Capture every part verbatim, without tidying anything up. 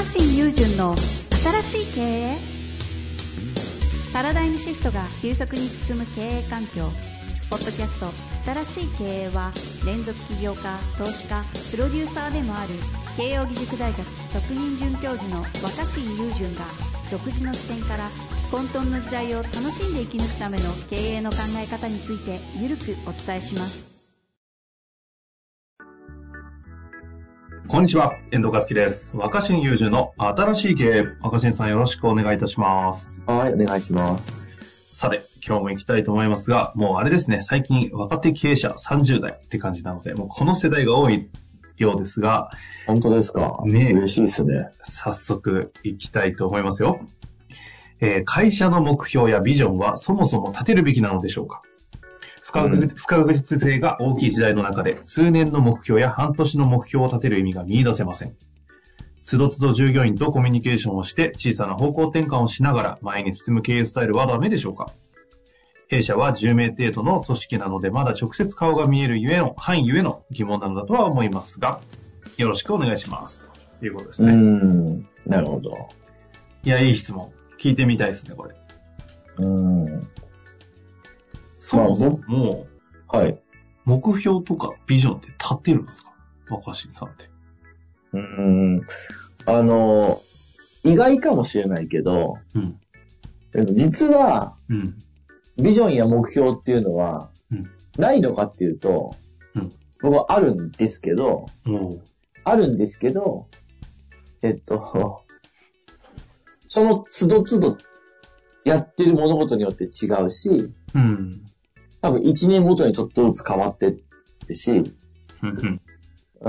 新雄純の新しい経営。パラダイムシフトが急速に進む経営環境。ポッドキャスト新しい経営は、連続起業家、投資家、プロデューサーでもある慶應義塾大学特任准教授の若新雄純が、独自の視点から混沌の時代を楽しんで生き抜くための経営の考え方についてゆるくお伝えします。 こんにちは、遠藤和樹です。若新雄純の新しい経営。若新さん、よろしくお願いいたします。 はい、お願いします。 さて、今日も行きたいと思いますが、もうあれですね、最近若手経営者さんじゅう代って感じなので、もうこの世代が多いようですが。 本当ですか。ね、嬉しいですね。 早速行きたいと思いますよ。えー、会社の目標やビジョンはそもそも立てるべきなのでしょうか。不確実、不確実性が大きい時代の中で、数年の目標や半年の目標を立てる意味が見出せません。つどつど従業員とコミュニケーションをして小さな方向転換をしながら前に進む経営スタイルはダメでしょうか。弊社はじゅう名程度の組織なので、まだ直接顔が見えるゆえの範囲ゆえの疑問なのだとは思いますが、よろしくお願いしますということですね。 うーん、なるほど。 いや、いい質問。聞いてみたいですね、これ。 うーん。 そもそも、もう、はい。 目標とかビジョンって立ってるんですか、若新さんって。 うーん。あの、意外かもしれないけど、うん、実は、うん、ビジョンや目標っていうのは、うん、ないのかっていうと、うん、僕はあるんですけど、うん、あるんですけど、えっと、その都度都度やってる物事によって違うし、うん、多分一年ごとにちょっとずつ変わってるし、うんうん、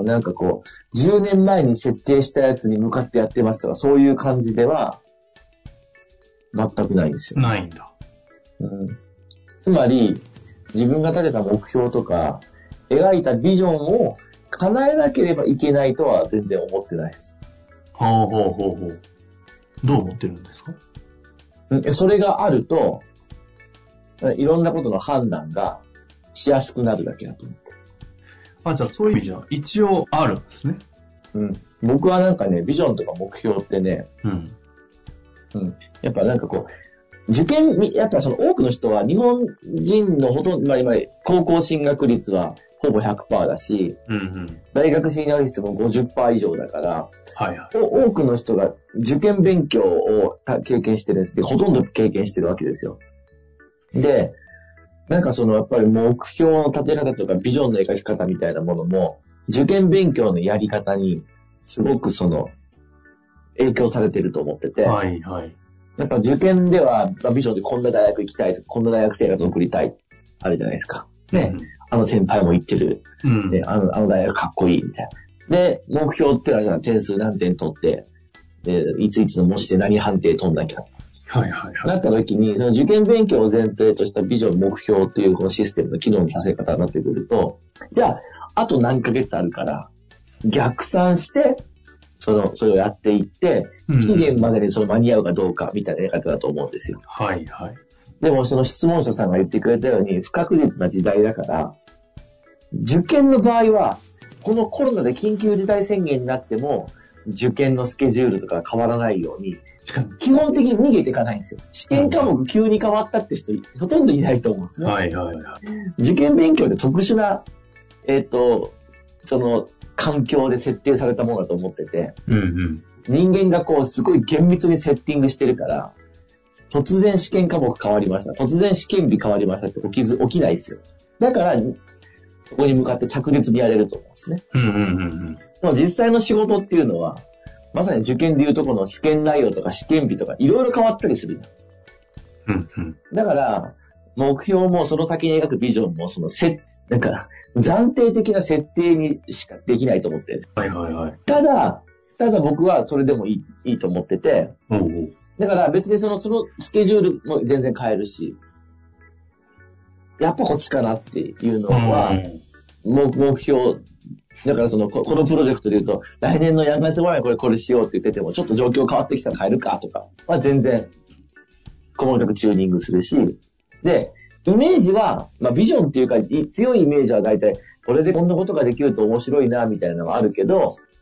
なんかこう、じゅうねんまえに設定したやつに向かってやってますとか、そういう感じでは、全くないんですよ。 ないんだ。 うん、つまり、自分が立てた目標とか、描いたビジョンを叶えなければいけないとは全然思ってないです。 ほうほうほうほう。どう思ってるんですか？ それがあると、いろんなことの判断がしやすくなるだけだと思って。 あ、じゃあそういう意味じゃ一応あるんですね。 うん。僕はなんかね、ビジョンとか目標ってね、うん。うん。やっぱなんかこう、受験、やっぱその多くの人は日本人のほとんど、まあ今、高校進学率はほぼ ひゃくパーセント だし、うんうん、大学進学率も ごじゅっパーセント 以上だから、はいはい、多くの人が受験勉強を経験してるんですけど、ほとんど経験してるわけですよ。で、なんかそのやっぱり目標の立て方とかビジョンの描き方みたいなものも、受験勉強のやり方にすごくその影響されてると思ってて、はいはい、やっぱ受験ではビジョンでこんな大学行きたいとか、こんな大学生活を送りたい、あるじゃないですか。ね、うん、あの先輩も言ってる、うんね、あの、あの大学かっこいいみたいな。で、目標ってのは点数何点取って、で、いついつの模試で何判定取んなきゃ。はいはいはい。なった時に、その受験勉強を前提としたビジョン、目標っていうこのシステムの機能のさせ方になってくると、じゃあ、あと何ヶ月あるから、逆算して、その、それをやっていって、期限までにその間に合うかどうかみたいなやり方だと思うんですよ。 はいはい。 でもその質問者さんが言ってくれたように、不確実な時代だから、受験の場合は、このコロナで緊急事態宣言になっても、受験のスケジュールとか変わらないように、基本的に逃げていかないんですよ。試験科目急に変わったって人、ほとんどいないと思うんですね。はいはいはい。受験勉強で特殊な、えっと、その、環境で設定されたものだと思ってて、うんうん、人間がこう、すごい厳密にセッティングしてるから、突然試験科目変わりました。突然試験日変わりましたって起きず、起きないですよ。だから、そこに向かって着実にやれると思うんですね。うんうんうんうん、でも実際の仕事っていうのは、まさに受験でいうとこの試験内容とか試験日とかいろいろ変わったりする。うんうん、だから、目標もその先に描くビジョンもそのせ、なんか暫定的な設定にしかできないと思ってるんです。はいはいはい。ただ、ただ僕はそれでもいい、いいと思ってて、うんうん、だから別にその、そのスケジュールも全然変えるし、やっぱこっちかなっていうのは、うん、目標、だからその、このプロジェクトで言うと、来年のやめてもらえこれこれしようって言ってても、ちょっと状況変わってきたら変えるかとかは全然、細かくチューニングするし、で、イメージは、まあビジョンっていうか、強いイメージは大体、これでこんなことができると面白いな、みたいなのはあるけど、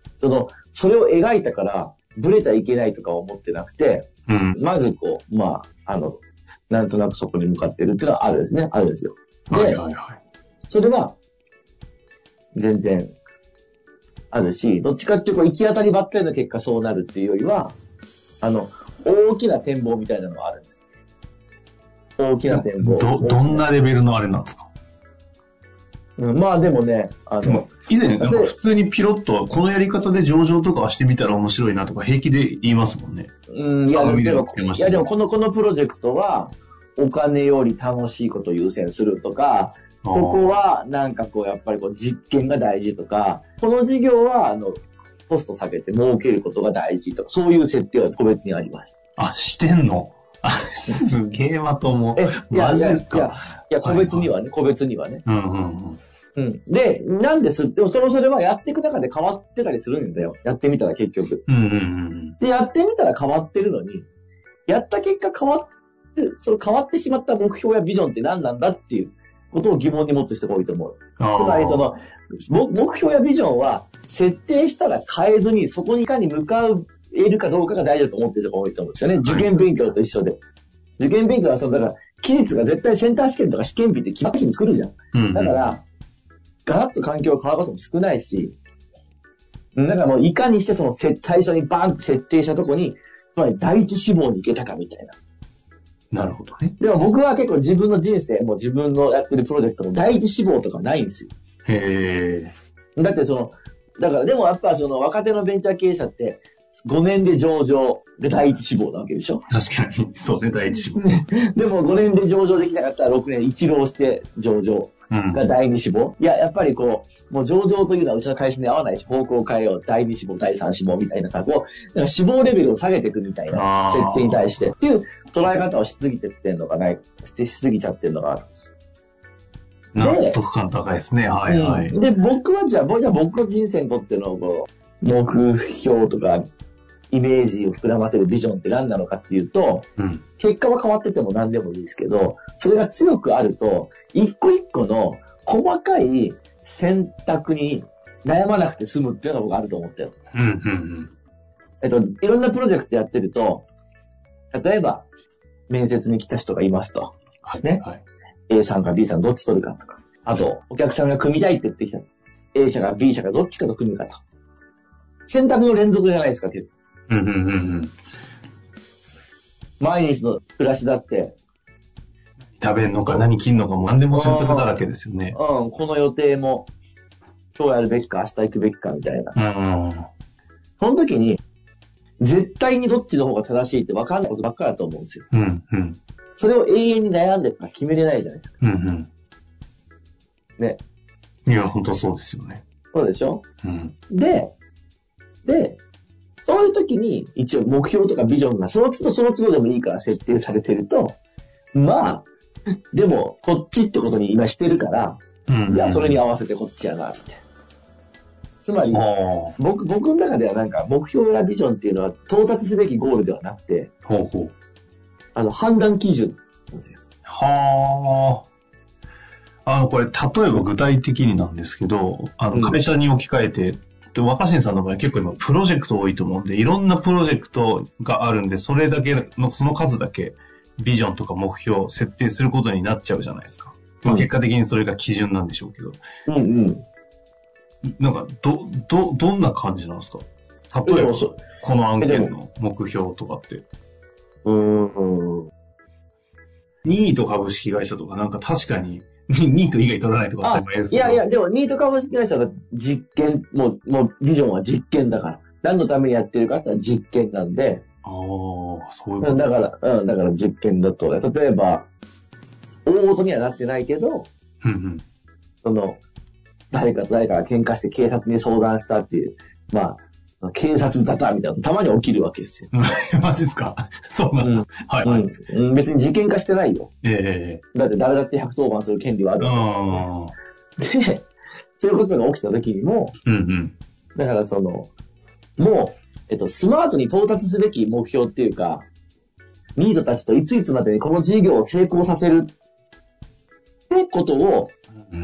その、それを描いたから、ブレちゃいけないとか思ってなくて、 うん、 まずこう、まあ、あの、なんとなくそこに向かってるっていうのはあるんですね。あるんですよ。で、 はいはいはい、 それは、全然、あるし、どっちかっていうと、行き当たりばったりの結果そうなるっていうよりは、あの、大きな展望みたいなのがあるんです。大きな展望。 ど、どんなレベルのあれなんですか？ うん、まあでもね、あの、 以前、なんか普通にピロッと、このやり方で上場とかはしてみたら面白いなとか平気で言いますもんね。 うん、いや、でも、いやでもこの、このプロジェクトは、お金より楽しいことを優先するとか、ここはなんかこう、やっぱりこう、実験が大事とか、この事業は、あの、コスト下げて儲けることが大事とか、そういう設定は個別にあります。 あ、してんの？あ、すげえまとも。 え、いや、 マジですか？ いや、いや、個別にはね、はいはい、個別にはね。 うんうんうん。 うん。で、なんです、でもそれそれはやっていく中で変わってたりするんだよ。やってみたら結局。 うんうんうん。 で、やってみたら変わってるのに、やった結果変わって、その変わってしまった目標やビジョンって何なんだっていうことを疑問に持つ人が多いと思う。つまりその、目標やビジョンは設定したら変えずにそこにいかに向かえるかどうかが大事だと思ってる人が多いと思うんですよね。受験勉強と一緒で。受験勉強はその、だから、期日が絶対センター試験とか試験日って決まった日に来るじゃん。うんうん、だから、ガラッと環境が変わることも少ないし、だからもういかにしてその最初にバーンって設定したとこに、つまり第一志望に行けたかみたいな。 なるほどね。 でも僕は結構自分の人生も自分のやってるプロジェクトも第一志望とかないんですよ。 へー。 だってその、だからでもやっぱその若手のベンチャー経営者ってごねんで上場で第一志望なわけでしょ。 確かに。そうね、第一志望。 でもごねんで上場できなかったらろくねん一浪して上場が第二志望。うん、いや、やっぱりこう、もう上場というのはうちの会社に合わないし、方向を変えよう。第二志望、第三志望みたいなさ、こう、だから志望レベルを下げていくみたいな設定に対して、っていう捉え方をしすぎてってんのかない、しすぎちゃってるのがある。 納得感高いですね。はいはい。 うん、で、僕はじゃあ、じゃあ僕の人生にとってのこう目標とか、イメージを膨らませるビジョンって何なのかっていうと、うん、結果は変わってても何でもいいですけど、それが強くあると、一個一個の細かい選択に悩まなくて済むっていうのが僕あると思ってる。 うんうんうん、 えっと、いろんなプロジェクトやってると、例えば、面接に来た人がいますと。 はいねはい、 A さんか B さんどっち取るかとか。あと、お客さんが組みたいって言ってきた。A 社か B 社かどっちかと組むかと。選択の連続じゃないですかっていう。 うんうんうんうん、 毎日の暮らしだって。 食べんのか何切んのかも何でも選択だらけですよね。 うん、この予定も、今日やるべきか明日行くべきかみたいな。 うんうん、 その時に、絶対にどっちの方が正しいって分かんないことばっかりだと思うんですよ。 うんうん、 それを永遠に悩んでるから決めれないじゃないですか。 うんうん、 ね。 いや、本当そうですよね。 そうでしょ、 うん、 で、で、そういう時に一応目標とかビジョンがその都度その都度でもいいから設定されてると、まあ、でもこっちってことに今してるから、 うんうん、 じゃあそれに合わせてこっちやな、みたいな。つまり、僕、僕の中ではなんか目標やビジョンっていうのは到達すべきゴールではなくて、 ほうほう、 あの判断基準なんですよ。 はあ。あの、これ、例えば具体的になんですけど、あの、会社に置き換えて、うんで若新さんの場合は結構今プロジェクト多いと思うんで、いろんなプロジェクトがあるんで、それだけの、その数だけビジョンとか目標を設定することになっちゃうじゃないですか。うん、まあ、結果的にそれが基準なんでしょうけど。 うんうん。 なんか、ど、ど、どんな感じなんですか？例えば、この案件の目標とかって。 うーん。 ニート株式会社とかなんか確かに、ニート以外取らないとか当たり前ですけど。 いやいや、でもニート株式会社は実験、もう、もうビジョンは実験だから。何のためにやってるかって実験なんで。 ああ、そういうこと。 だから、うん、だから実験だと、例えば、大事にはなってないけど、 うんうん、 その、誰かと誰かが喧嘩して警察に相談したっていう、まあ、警察沙汰みたいなのたまに起きるわけですよ。 マジですか？そうなんです、うん、はい、はい、 うん。別に事件化してないよ。 ええー。 だって誰だってひゃくとおばんする権利はあるわけで。で、そういうことが起きた時にも、 うんうん、 だからその、もう、えっと、スマートに到達すべき目標っていうか、ニートたちといついつまでにこの事業を成功させるってことを、 うん、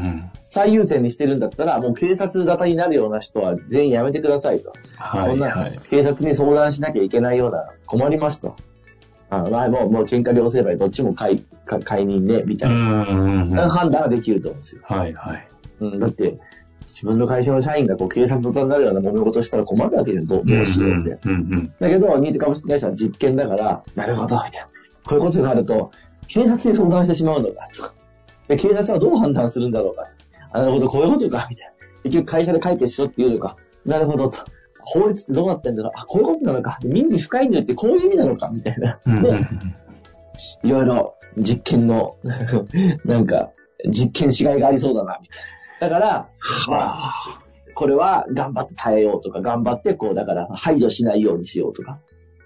最優先にしてるんだったら、もう警察沙汰になるような人は全員やめてくださいと。 はい、 そんな、警察に相談しなきゃいけないような、困りますと。あまあ、もう、もう喧嘩両成敗どっちも解、解任ね、みたいな判断ができると思うんですよ。 はいはい。 うん、だって、自分の会社の社員がこう警察沙汰になるような揉め事したら困るわけじゃん、どうしようって。うんうん、だけど、ニート株式会社は実験だから、なるほど、みたいな。こういうことがあると、警察に相談してしまうのか、で警察はどう判断するんだろうか。なるほど、こういうことか、みたいな。結局会社で解決しろって言うのか。なるほどと。法律ってどうなってんだろう。あ、こういうことなのか。民事不介入ってこういう意味なのか、みたいな。で、いろいろ実験の、なんか、実験しがいがありそうだな、みたいな。だから、まあ、これは頑張って耐えようとか、頑張ってこう、だから排除しないようにしようとか。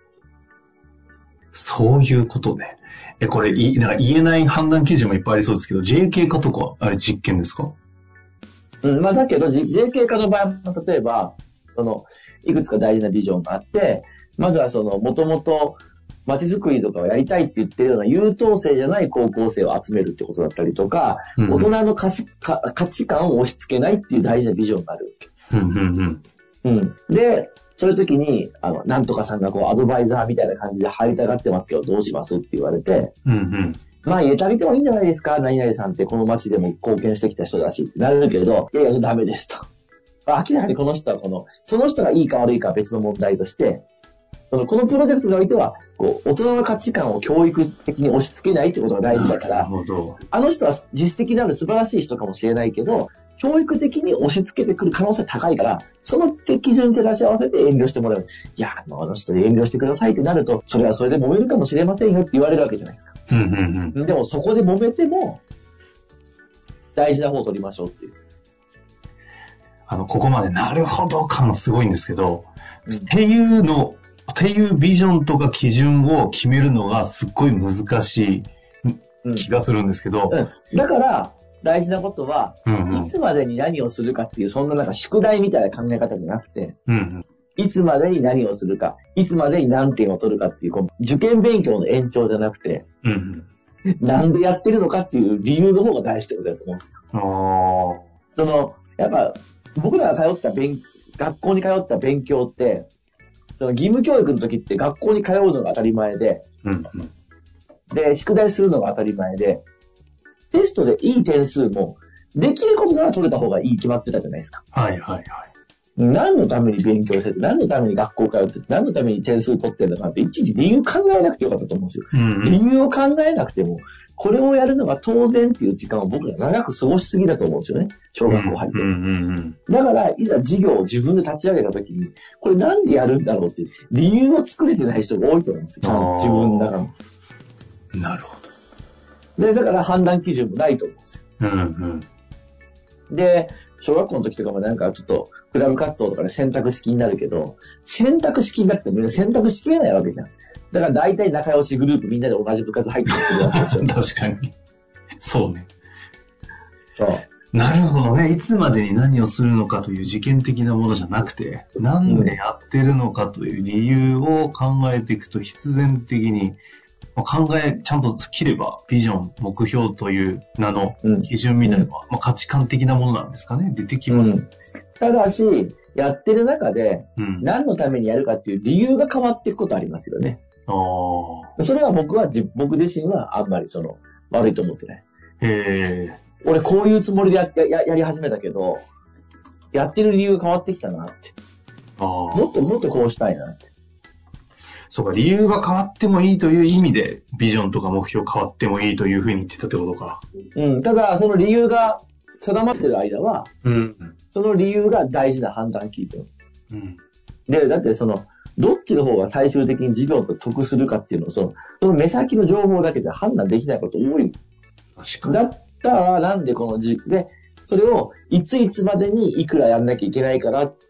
そういうことね。え、これ、い、なんか言えない判断基準もいっぱいありそうですけど、ジェーケー 化とか、あれ実験ですか？ うん、まあだけど、ジェーケー 化の場合は、例えば、その、いくつか大事なビジョンがあって、まずはその、もともと、街づくりとかをやりたいって言ってるような優等生じゃない高校生を集めるってことだったりとか、うんうん、大人の価値、価値観を押し付けないっていう大事なビジョンがある。 うんうんうん。で、そういう時に、あの、なんとかさんがこう、アドバイザーみたいな感じで入りたがってますけど、どうしますって言われて、 うんうん、 まあ、入れてあげてもいいんじゃないですか、何々さんってこの街でも貢献してきた人だしってなるけど、いやいや、ダメですと。明らかにこの人はこの、その人がいいか悪いかは別の問題として、そのこのプロジェクトにおいては、こう、大人の価値観を教育的に押し付けないってことが大事だから、あの人は実績のある素晴らしい人かもしれないけど、教育的に押し付けてくる可能性高いから、その基準に照らし合わせて遠慮してもらう。いや、あの人に遠慮してくださいってなると、それはそれで揉めるかもしれませんよって言われるわけじゃないですか。 うんうんうん、 でもそこで揉めても、大事な方を取りましょうっていう。 あの、ここまでなるほど感すごいんですけど、うん、っていうの、っていうビジョンとか基準を決めるのがすっごい難しい気がするんですけど。 うんうん、だから、大事なことは、うんうん、いつまでに何をするかっていう、そんななんか宿題みたいな考え方じゃなくて、 うんうん、 いつまでに何をするか、いつまでに何点を取るかっていう、こう受験勉強の延長じゃなくて、 うんうん、なんでやってるのかっていう理由の方が大事ってことだと思うんですよ。 あその、やっぱ、僕らが通った勉、学校に通った勉強って、その義務教育の時って学校に通うのが当たり前で、 うんうん、 で、宿題するのが当たり前で、テストでいい点数も、できることなら取れた方がいい決まってたじゃないですか。 はいはいはい。 何のために勉強してて、何のために学校通ってて、何のために点数取ってるのかって、いちいち理由考えなくてよかったと思うんですよ。 うんうん、 理由を考えなくても、これをやるのが当然っていう時間を僕ら長く過ごしすぎだと思うんですよね。小学校入って。 うんうんうん、 だから、いざ授業を自分で立ち上げた時に、これなんでやるんだろうって、理由を作れてない人が多いと思うんですよ。自分の中の。 なるほど。で、だから判断基準もないと思うんですよ。 うんうん、で、小学校の時とかもなんかちょっと、クラブ活動とかで選択式になるけど、選択式になってもみんな選択しきれないわけじゃん。だから大体仲良しグループみんなで同じ部活入ってくるわけですよ。 確かに。そうね。 そう。 なるほどね。いつまでに何をするのかという事件的なものじゃなくて、なんでやってるのかという理由を考えていくと必然的に、考え、ちゃんと切れば、ビジョン、目標という名の基準みたいなのは、うんまあ、価値観的なものなんですかね。出てきます、うん。 ただし、やってる中で、何のためにやるかっていう理由が変わっていくことありますよね。 あそれは僕は、僕自身はあんまりその、悪いと思ってないです。 へー。 俺こういうつもりで や, や, やり始めたけど、やってる理由が変わってきたなって。 あもっともっとこうしたいなって。 そうか、理由が変わってもいいという意味で、ビジョンとか目標変わってもいいというふうに言ってたってことか。 うん。ただ、その理由が定まってる間は、 うん。 その理由が大事な判断基準。 うん。 で、だってその、どっちの方が最終的に事業と得するかっていうのを、その、その目先の情報だけじゃ判断できないこと多い。 確かに。 だったら、なんでこのじ、で、それを、いついつまでにいくらやんなきゃいけないからって、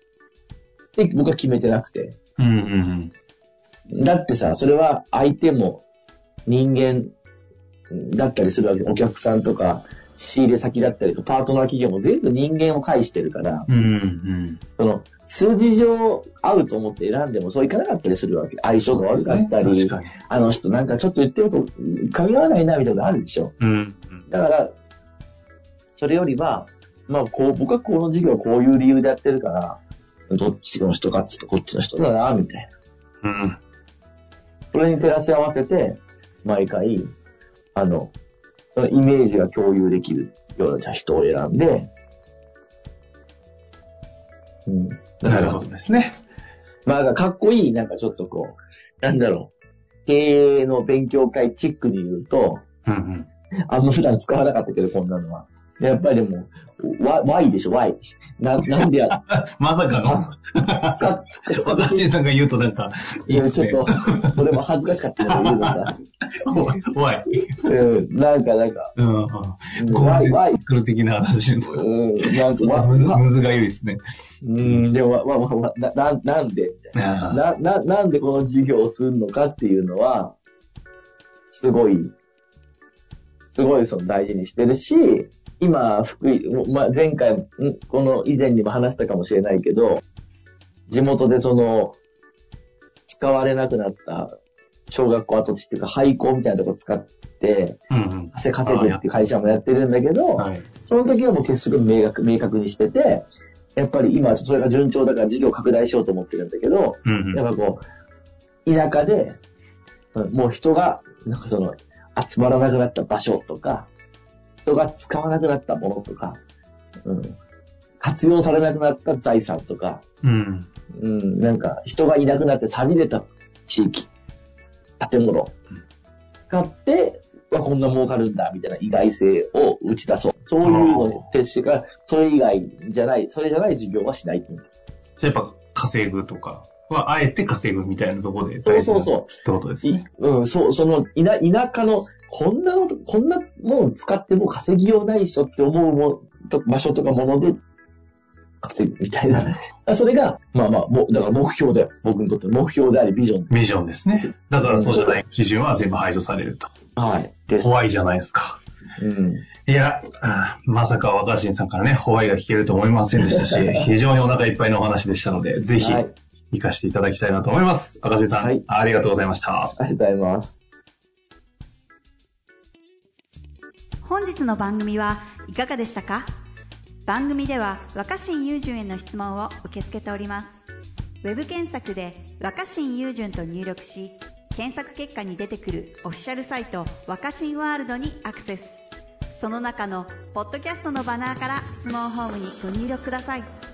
僕は決めてなくて。 うんうんうん。だってさ、それは相手も人間だったりするわけで、お客さんとか、仕入れ先だったり、パートナー企業も全部人間を介してるから、 うんうん、 その、数字上合うと思って選んでもそういかなかったりするわけ。相性が悪かったり、ね、あの人なんかちょっと言ってると噛み合わないなみたいなのあるでしょ。 うんうん、 だから、それよりは、 まあ、こう、僕はこの授業はこういう理由でやってるから、どっちの人かっつうとこっちの人だな、みたいうん。 な。それに照らし合わせて、毎回、あの、そのイメージが共有できるような人を選んで、うん。 なるほどですね。 まあ、かっこいい、なんかちょっとこう、なんだろう、経営の勉強会チックに言うと、 うんうん。 あんま普段使わなかったけど、こんなのは。やっぱりでも、Y でしょ、Y。な、なんでや、 まさかの使っ、 若新さんが言うとなんか、いいですね。 ちょっと、俺も恥ずかしかったんだけどさ。 怖い。 うん、なんか、なんか、 うん。 Y、Y。 クル的な話ですか。 うん、なんか、 むず、むずがゆいですね。 うん、でも、まあまあまあ、な、ななんで、な、な、なんでこの授業をするのかっていうのは、すごい、すごいその大事にしてるし、今、福井、まあ、前回、この以前にも話したかもしれないけど、地元でその、使われなくなった小学校跡地っていうか廃校みたいなところ使って、うんうん、稼ぐっていう会社もやってるんだけど、はい、その時はもう結束明確、明確にしてて、やっぱり今それが順調だから事業拡大しようと思ってるんだけど、うんうん、やっぱこう、田舎で、もう人が、なんかその、集まらなくなった場所とか、人が使わなくなったものとか、うん、活用されなくなった財産とか、うんうん、なんか人がいなくなって寂れた地域、建物、うん、買って、こんな儲かるんだみたいな意外性を打ち出そう。そういうのに徹してから、それ以外じゃない、それじゃない事業はしないっていう。 やっぱ稼ぐとかは、あえて稼ぐみたいなところでそうそうそう。 ってことですね。 うん、そう、その田、田舎の、こんなの、こんなものを使っても稼ぎようないっしょって思うもと場所とかもので稼ぐみたいな。それが、まあまあ、もだから目標だよ。僕にとって目標でありビジョン。 ビジョンですね。だからそうじゃない基準は全部排除されると。 はい。です。 怖いじゃないですか。うん。いや、まさか若新さんからね、ホワイが聞けると思いませんでしたし、非常にお腹いっぱいのお話でしたので、ぜひ、活かしていただきたいなと思います。若新さん、はい、ありがとうございました。 ありがとうございます。 本日の番組はいかがでしたか？番組では若新雄純への質問を受け付けております。ウェブ検索で若新雄純と入力し、検索結果に出てくるオフィシャルサイト若新ワールドにアクセス。その中のポッドキャストのバナーから質問フォームにご入力ください。